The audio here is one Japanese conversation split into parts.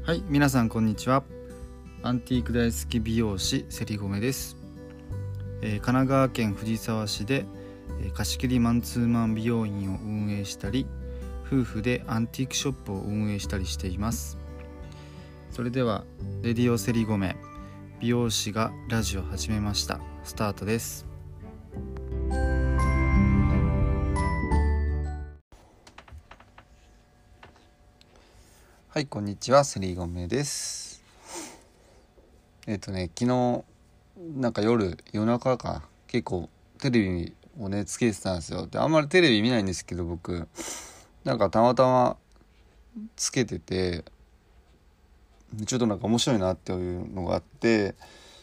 はい、皆さんこんにちは。アンティーク大好き美容師せりごめです。神奈川県藤沢市で、貸し切りマンツーマン美容院を運営したり、夫婦でアンティークショップを運営したりしています。それではレディオせりごめ美容師がラジオ始めました。スタートです。はい、こんにちは、せりごめです。昨日夜中か結構テレビをねつけてたんですよ。で、あんまりテレビ見ないんですけど、僕たまたまつけてて、ちょっと面白いなっていうのがあって、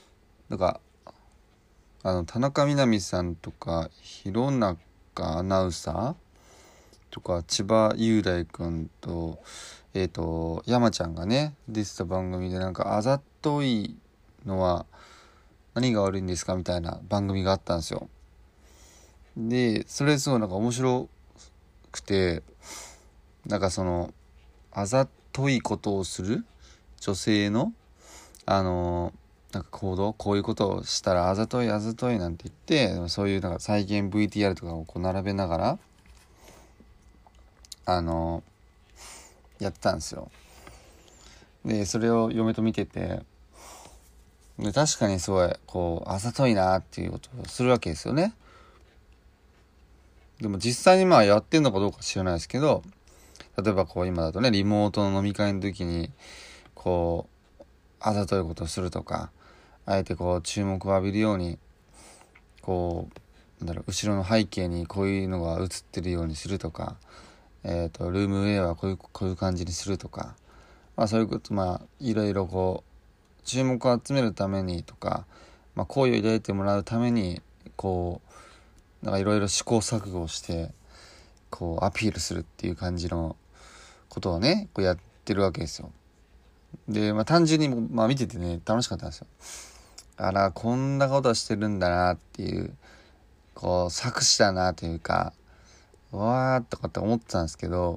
田中みな実さんとか弘中アナウンサーとか千葉雄大くんと山ちゃんがね出てた番組で、あざといのは何が悪いんですかみたいな番組があったんですよ。でそれすごい面白くて、あざといことをする女性の行動、こういうことをしたらあざといなんて言って、そういう再現 VTR とかを並べながらやってたんですよ。でそれを嫁と見てて、で確かにすごいあざといなっていうことをするわけですよね。でも実際にやってんのかどうか知らないですけど、例えば今だとね、リモートの飲み会の時にあざといことをするとか、あえて注目を浴びるように後ろの背景にこういうのが映ってるようにするとか、ルームウェアはこういう感じにするとか、そういうこといろいろ注目を集めるためにとか、好意を抱いてもらうためにいろいろ試行錯誤してアピールするっていう感じのことをねやってるわけですよ。で単純に見ててね楽しかったんですよ。こんなことしてるんだなっていう、策士だなというか、わーとかって思ってたんですけど、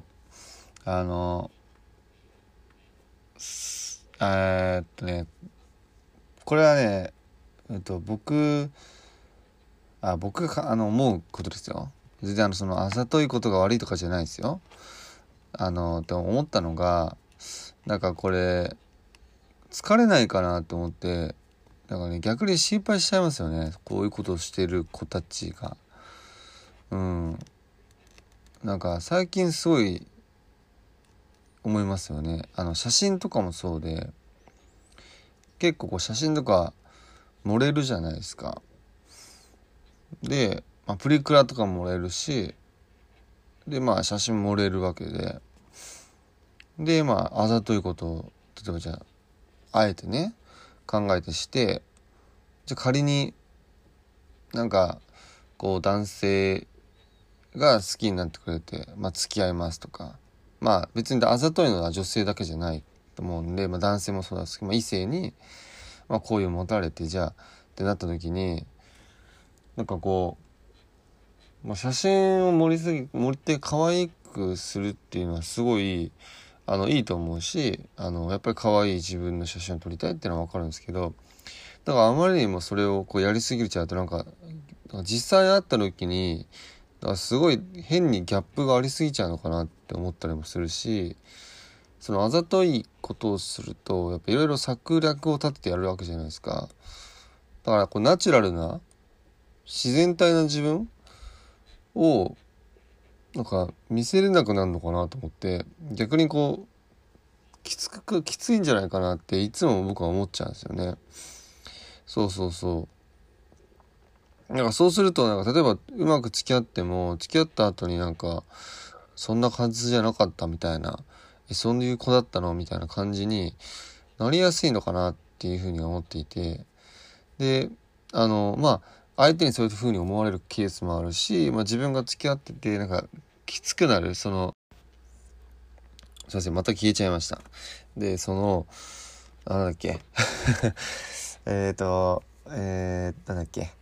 これはね、僕が思うことですよ。全然あざといことが悪いとかじゃないですよ。って思ったのが、これ疲れないかなと思って、逆に心配しちゃいますよね。こういうことをしてる子たちが。最近すごい思いますよね。写真とかもそうで、結構写真とか盛れるじゃないですか。で、プリクラとかも盛れるし、で写真も盛れるわけで、であざといことを例えばじゃあえてね考えてして、じゃあ仮に男性が好きになってくれて、付き合いますとか、別にあざといのは女性だけじゃないと思うんで、男性もそうですけど、異性に好意を持たれて、じゃあってなった時に写真を盛って可愛くするっていうのはすごいいいと思うし、やっぱり可愛い自分の写真を撮りたいっていうのは分かるんですけど、あまりにもそれをやりすぎちゃうと実際会った時にすごい変にギャップがありすぎちゃうのかなって思ったりもするし、そのあざといことをするとやっぱいろいろ策略を立ててやるわけじゃないですか。だからナチュラルな自然体な自分を見せれなくなるのかなと思って、逆にきついんじゃないかなっていつも僕は思っちゃうんですよね。そうそうすると例えばうまく付き合っても、付き合った後にそんな感じじゃなかったみたいな、そういう子だったのみたいな感じになりやすいのかなっていうふうに思っていて、で相手にそういうふうに思われるケースもあるし、自分が付き合っててきつくなる、すいません、また消えちゃいました。でなんだっけなんだっけ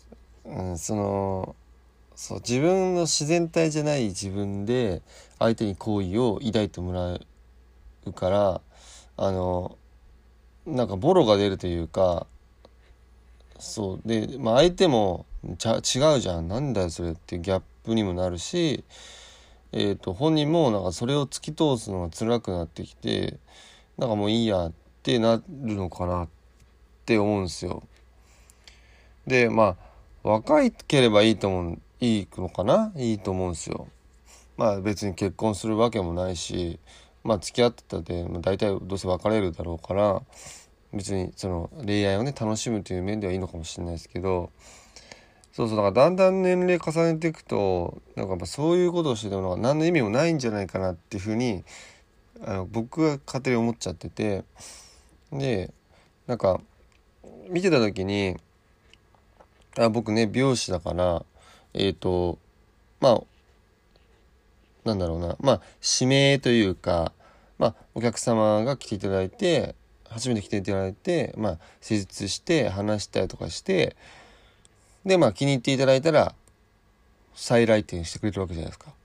自分の自然体じゃない自分で相手に好意を抱いてもらうから、 なんかボロが出るというか、そうで、相手も違うじゃん、なんだよそれっていうギャップにもなるし、本人もなんかそれを突き通すのが辛くなってきて、なんかもういいやってなるのかなって思うんですよ。で若いければいいのかないいと思うんですよ。別に結婚するわけもないし、付き合ってたで、大体どうせ別れるだろうから、別にその恋愛をね楽しむという面ではいいのかもしれないですけど、そうそう、だからだんだん年齢重ねていくと、なんかやっぱそういうことをしてても何の意味もないんじゃないかなっていうふうに僕が勝手に思っちゃってて、でなんか見てた時に、僕ね美容師だから、まあなんだろうな、指名というか、お客様が来ていただいて、初めて来ていただいて、施術して話したりとかして、で気に入っていただいたら再来店してくれるわけじゃないですか。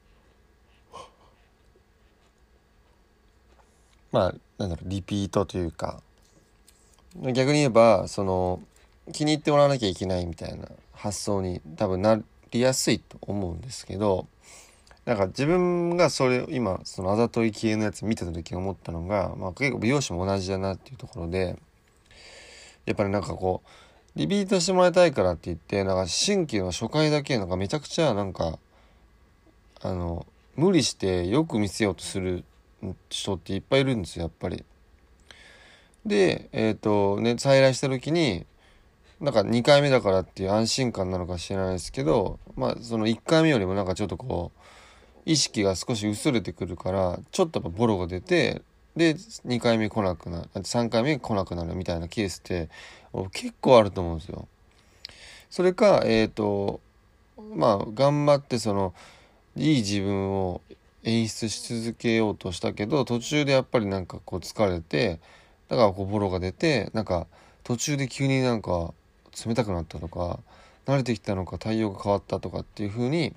なんだろう、リピートというか、逆に言えばその気に入ってもらわなきゃいけないみたいな発想に多分なりやすいと思うんですけど、なんか自分がそれ今そのあざとい系のやつ見てた時に思ったのが、結構美容師も同じだなっていうところで、やっぱりなんかこうリピートしてもらいたいからって言って、なんか新規の初回だけなんかめちゃくちゃなんか無理してよく見せようとする人っていっぱいいるんですよ、やっぱり。で再来した時になんか2回目だからっていう安心感なのか知らないですけど、その1回目よりもなんかちょっとこう意識が少し薄れてくるから、ちょっとやっぱボロが出て、で2回目来なくなる、3回目来なくなるみたいなケースって結構あると思うんですよ。それか頑張ってそのいい自分を演出し続けようとしたけど、途中でやっぱりなんかこう疲れて、だからこうボロが出て、なんか途中で急になんか冷たくなったとか、慣れてきたのか対応が変わったとかっていう風に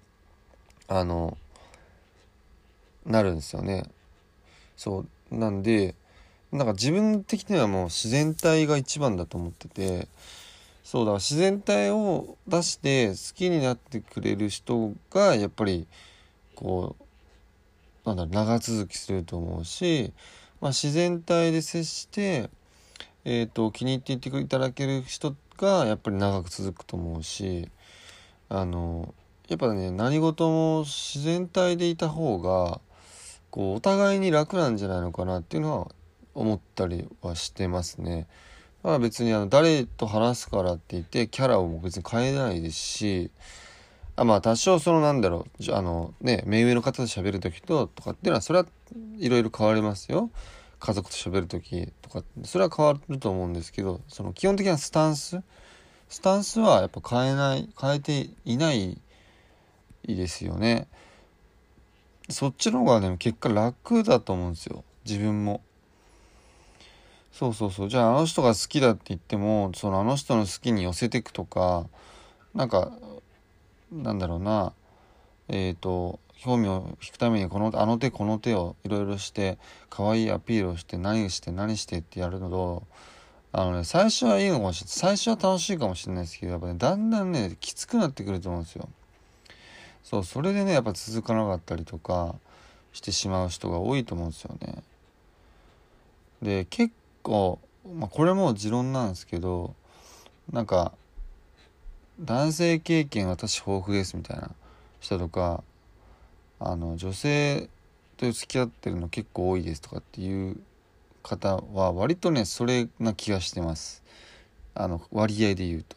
なるんですよね。そうなんで、なんか自分的にはもう自然体が一番だと思ってて、そうだから自然体を出して好きになってくれる人がやっぱりこう長続きすると思うし、自然体で接して気に入っていていただける人がやっぱり長く続くと思うし、やっぱね何事も自然体でいた方がこうお互いに楽なんじゃないのかなっていうのは思ったりはしてますね。別に誰と話すからって言ってキャラを別に変えないですし、多少その目上の方と喋る時とかっていうのはそれはいろいろ変わりますよ。家族と喋る時とかそれは変わると思うんですけど、その基本的なスタンスはやっぱ変えていないですよね。そっちの方がね結果楽だと思うんですよ、自分も。そうそうそう、じゃああの人が好きだって言っても、そのあの人の好きに寄せていくとか、なんかなんだろうな、興味を引くためにあの手この手をいろいろして可愛いアピールをして何してってやるのと、最初はいいのかもしれない、最初は楽しいかもしれないですけど、やっぱねだんだんねきつくなってくると思うんですよ。それでねやっぱ続かなかったりとかしてしまう人が多いと思うんですよね。で結構、これも持論なんですけど、なんか男性経験私豊富ですみたいな人とか、女性と付き合ってるの結構多いですとかっていう方は割とねそれな気がしてます。割合で言うと。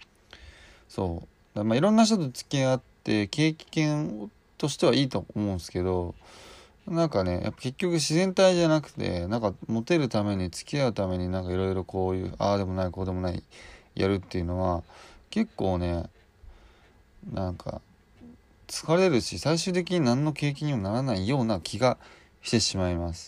いろんな人と付き合って経験としてはいいと思うんですけど、なんかねやっぱ結局自然体じゃなくて、なんかモテるために付き合うためになんかいろいろこういうああでもないこうでもないやるっていうのは結構ねなんか疲れるし、最終的に何の経験にもならないような気がしてしまいます。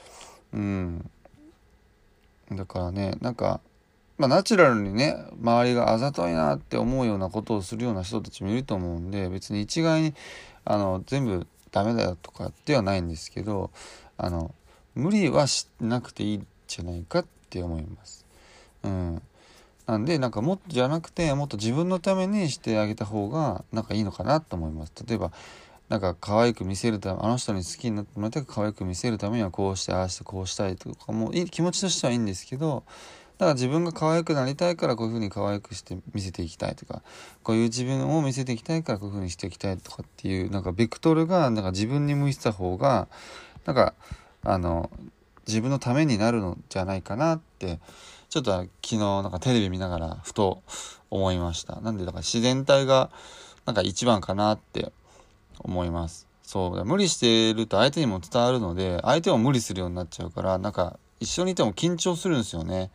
だからねなんかナチュラルにね周りがあざといなって思うようなことをするような人たちもいると思うんで、別に一概に全部ダメだよとかではないんですけど、 無理はしなくていいんじゃないかって思います。なんでもっとじゃなくて、もっと自分のためにしてあげた方がいいのかなと思います。例えば可愛く見せるため、あの人に好きになってもらいたく可愛く見せるためにはこうしてああしてこうしたいとかも気持ちとしてはいいんですけど、自分が可愛くなりたいからこういう風に可愛くして見せていきたいとか、こういう自分を見せていきたいからこういう風にしていきたいとかっていうベクトルが自分に向いてた方が自分のためになるのじゃないかなってちょっと昨日テレビ見ながらふと思いました。なんで自然体が一番かなって思います。そう無理してると相手にも伝わるので、相手も無理するようになっちゃうから一緒にいても緊張するんですよね。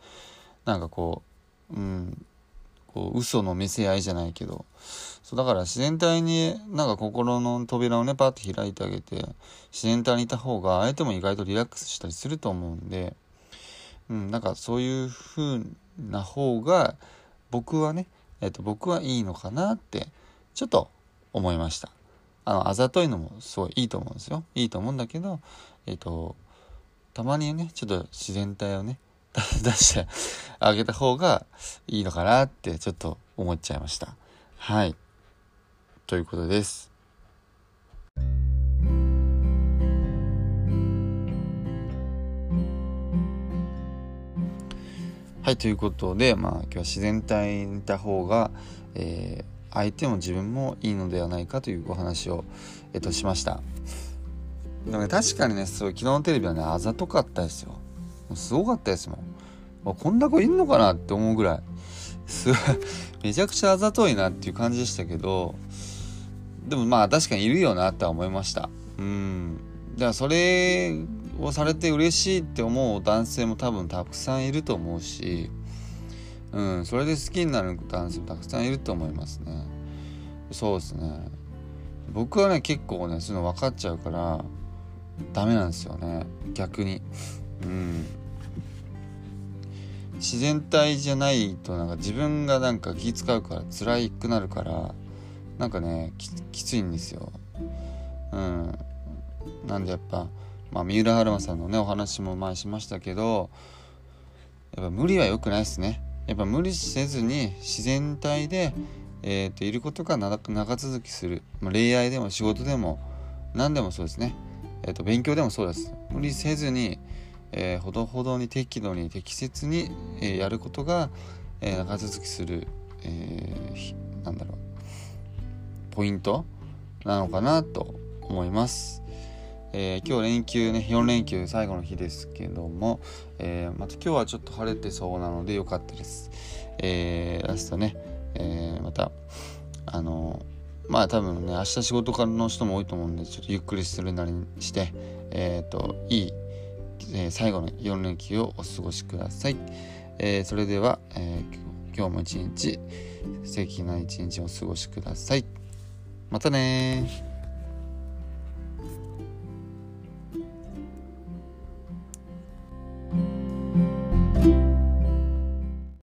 嘘の見せ合いじゃないけど、だから自然体に心の扉をねパッと開いてあげて自然体にいた方が相手も意外とリラックスしたりすると思うんで、そういう風な方が僕はね、僕はいいのかなってちょっと思いました。あざといのもすごいいいと思うんですよ。いいと思うんだけど、たまにねちょっと自然体をね出してあげた方がいいのかなってちょっと思っちゃいました。はい、ということです。はい、ということで、今日は自然体にいた方が、相手も自分もいいのではないかというお話を、しました。でもね、確かにね、昨日のテレビはね、あざとかったですよ。すごかったですもん。こんな子いんのかなって思うぐらいめちゃくちゃあざといなっていう感じでしたけど、でも確かにいるよなって思いました。だからそれをされて嬉しいって思う男性も多分たくさんいると思うし、それで好きになる男性もたくさんいると思いますね。そうですね。僕はね結構ねそういうの分かっちゃうからダメなんですよね、逆に。自然体じゃないと自分が気使うから辛くなるからきついんですよ。なんでやっぱ三浦春馬さんのねお話も前しましたけど、やっぱ無理は良くないですね。やっぱ無理せずに自然体で、いることが長続きする、恋愛でも仕事でも何でもそうですね、勉強でもそうです。無理せずに、ほどほどに適度に適切に、やることが、長続きする、ポイントなのかなと思います。今日連休ね4連休最後の日ですけども、また今日はちょっと晴れてそうなので良かったです。明日ね、また多分ね明日仕事からの人も多いと思うんで、ちょっとゆっくりするなりにして、いい、最後の4連休をお過ごしください。それでは、今日も一日素敵な一日をお過ごしください。またね。